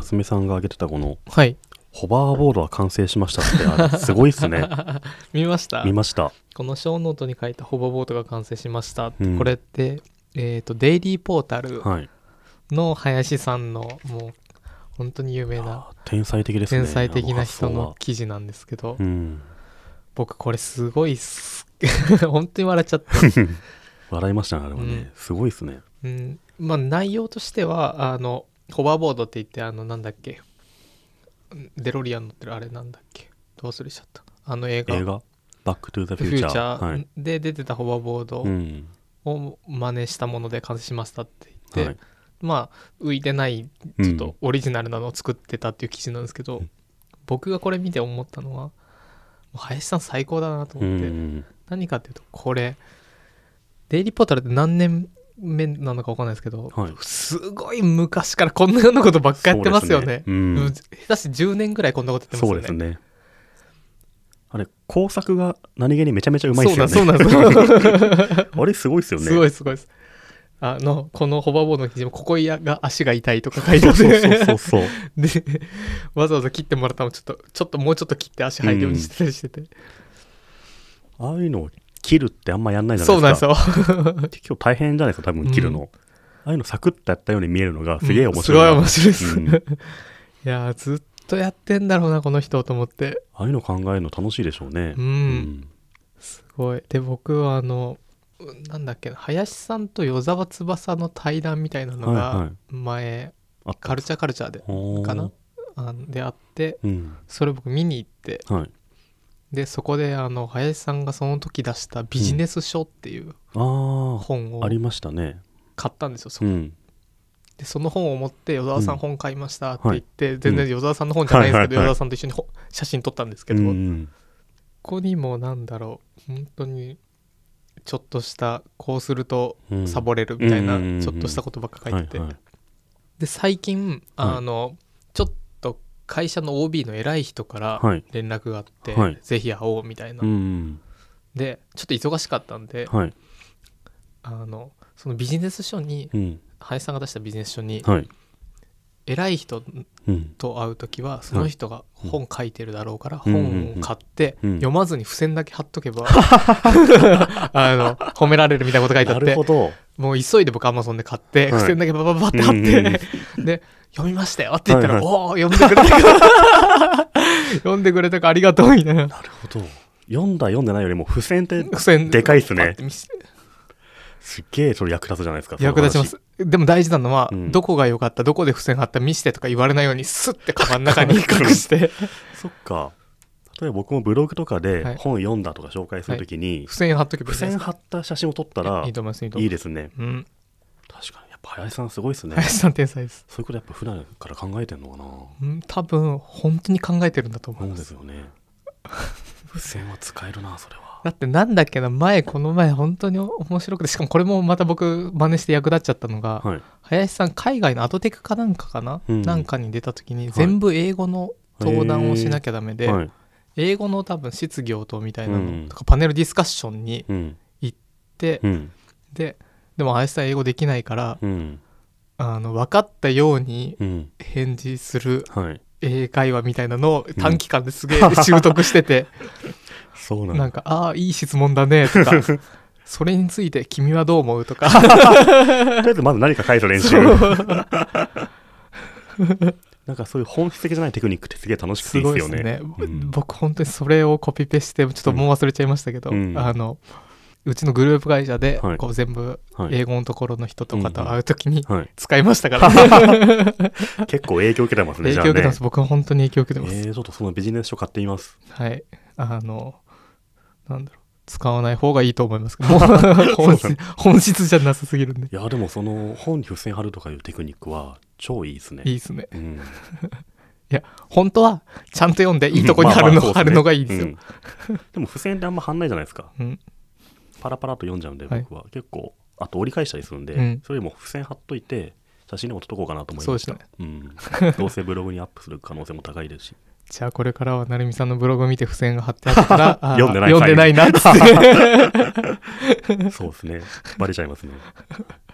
夏目さんが挙げてたこのはい。 ホバーボードは完成しましたってあれすごいっすね。 見ました。 見ました。 このショーノートに書いたホバーボードが完成しましたって、 うんこれって、デイリーポータルはい。 の林さんのもう本当に有名な天才的ですね。 天才的な人あのの記事なんですけど、 発想は。うん。 僕これすごい本当に笑っちゃって、 笑いましたねあれはね。 うんすごいっすね。 まあ内容としてはホバーボードって言ってなんだっけ、デロリアン乗ってるあれなんだっけ、どうするしちゃった、映画バックトゥーザフフューチャー。 ューチャはい。 ーで出てたホバーボードうん。 を真似したもので完成しましたって言って、 はい。 まあ浮いてないちょっとオリジナルなのを作ってたっていう記事なんですけど、僕がこれ見て思ったのはもう林さん最高だなとう思って、 ん。 何かっていうとこれデイリーポータルって何年目なのか分かんないですけど、 はい。 すごい昔からこんなようなことばっかやってますよね。 そうですね。うん。 下手して10年ぐらいこんなことやってますそよね。 うですね。あれ工作が何気にめちゃめちゃうまいですよね。 そうなんですあれすごいですよね。 すごいすごいです。このホバーボードの記事もここが足が痛いとか書いてあってそうでわざわざ切ってもらったのちょっともうちょっと切って足入るようにしてたりしてて、 ああいうのを切るってあんまやんないじゃないですか。 そうなんですよ。 結構大変じゃないですか多分切るの、ああいうのサクッとやったように見えるのがすげえ面すごい白いな、 面白いです、 うんいやーずっとやってんだろうなこの人と思って、 ああいうの考えるの楽しいでしょうね。 すごい。で僕はなんだっけな、林さんと与沢翼の対談みたいなのが前、 あったカルチャーでかなであって、それ僕見に行って、 はい。 でそこで林さんがその時出したビジネス書っていう本をありましたね。 買ったんですよ、そこでその本を持って与沢さん本買いましたって言って、全然与沢さんの本じゃないんですけど、与沢さんと一緒に写真撮ったんですけど、ここにもなんだろう、本当にちょっとしたこうするとサボれるみたいなちょっとしたことばっか書いてて、で最近ちょっと会社の OB の偉い人から連絡があって、ぜひ会おうみたいな、でちょっと忙しかったんで、そのビジネス書に、林さんが出したビジネス書に、偉い人と会うときはその人が本書いてるだろうから本を買って読まずに付箋だけ貼っとけば褒められるみたいなこと書いてあって、 なるほど。 もう急いで僕 Amazon で買って付箋だけバババって貼ってで読みましたよって言ったら、おお読んでくれたか読んでくれたかありがとうみたいな。 なるほど。読んでないよりも付箋ってでかいっすね。すっげえそれ役立つじゃないですか。 役立ちます。でも大事なのは、どこが良かったどこで付箋貼った見してとか言われないようにスッてカバンの中に隠してそっか。例えば僕もブログとかで本読んだとか紹介するときに、 付箋貼っとけばいいです。 付箋貼った写真を撮ったらいいですね。確かにやっぱ林さんすごいですね。 林さん天才です。 そういうことやっぱ普段から考えてるのかな。 多分本当に考えてるんだと思います。 そうですよね。付箋は使えるなそれは。 だってなんだっけな、この前本当に面白くて、しかもこれもまた僕真似して役立っちゃったのが、林さん海外のアドテクかなんかかな、なんかに出た時に全部英語の登壇をしなきゃダメで、英語の多分質疑応答みたいなのとか、パネルディスカッションに行って、でも林さん英語できないから、分かったように返事する英会話みたいなのを短期間ですげえ習得してて、なんかいい質問だねとかそれについて君はどう思うとかとりあえずまず何か書いた練習なんかそういう本質的じゃないテクニックってすげえ楽しくていいですよね。 すごいですね、僕本当にそれをコピペしてちょっともう忘れちゃいましたけど、うちのグループ会社でこう全部英語のところの人とかと会うときに使いましたからね。 結構影響受けてますね。 影響受けてます。僕は本当に影響受けてます。 ちょっとそのビジネス書買ってみます。 はい。なんだろう、使わない方がいいと思いますけど本質じゃなさすぎるんで。 いやでもその本に付箋貼るとかいうテクニックは超いいですね。 いいですね。いや本当はちゃんと読んでいいとこに貼るのがいいですよ。 でも付箋ってあんま貼んないじゃないですか。パラパラと読んじゃうんで僕は結構あと折り返したりするんで、それよりも付箋貼っといて写真でも撮っとこうかなと思いました。どうせブログにアップする可能性も高いですし。 じゃあこれからは成美さんのブログを見て付箋が貼ってあったから読んでないなっつってそうですね、バレちゃいますね。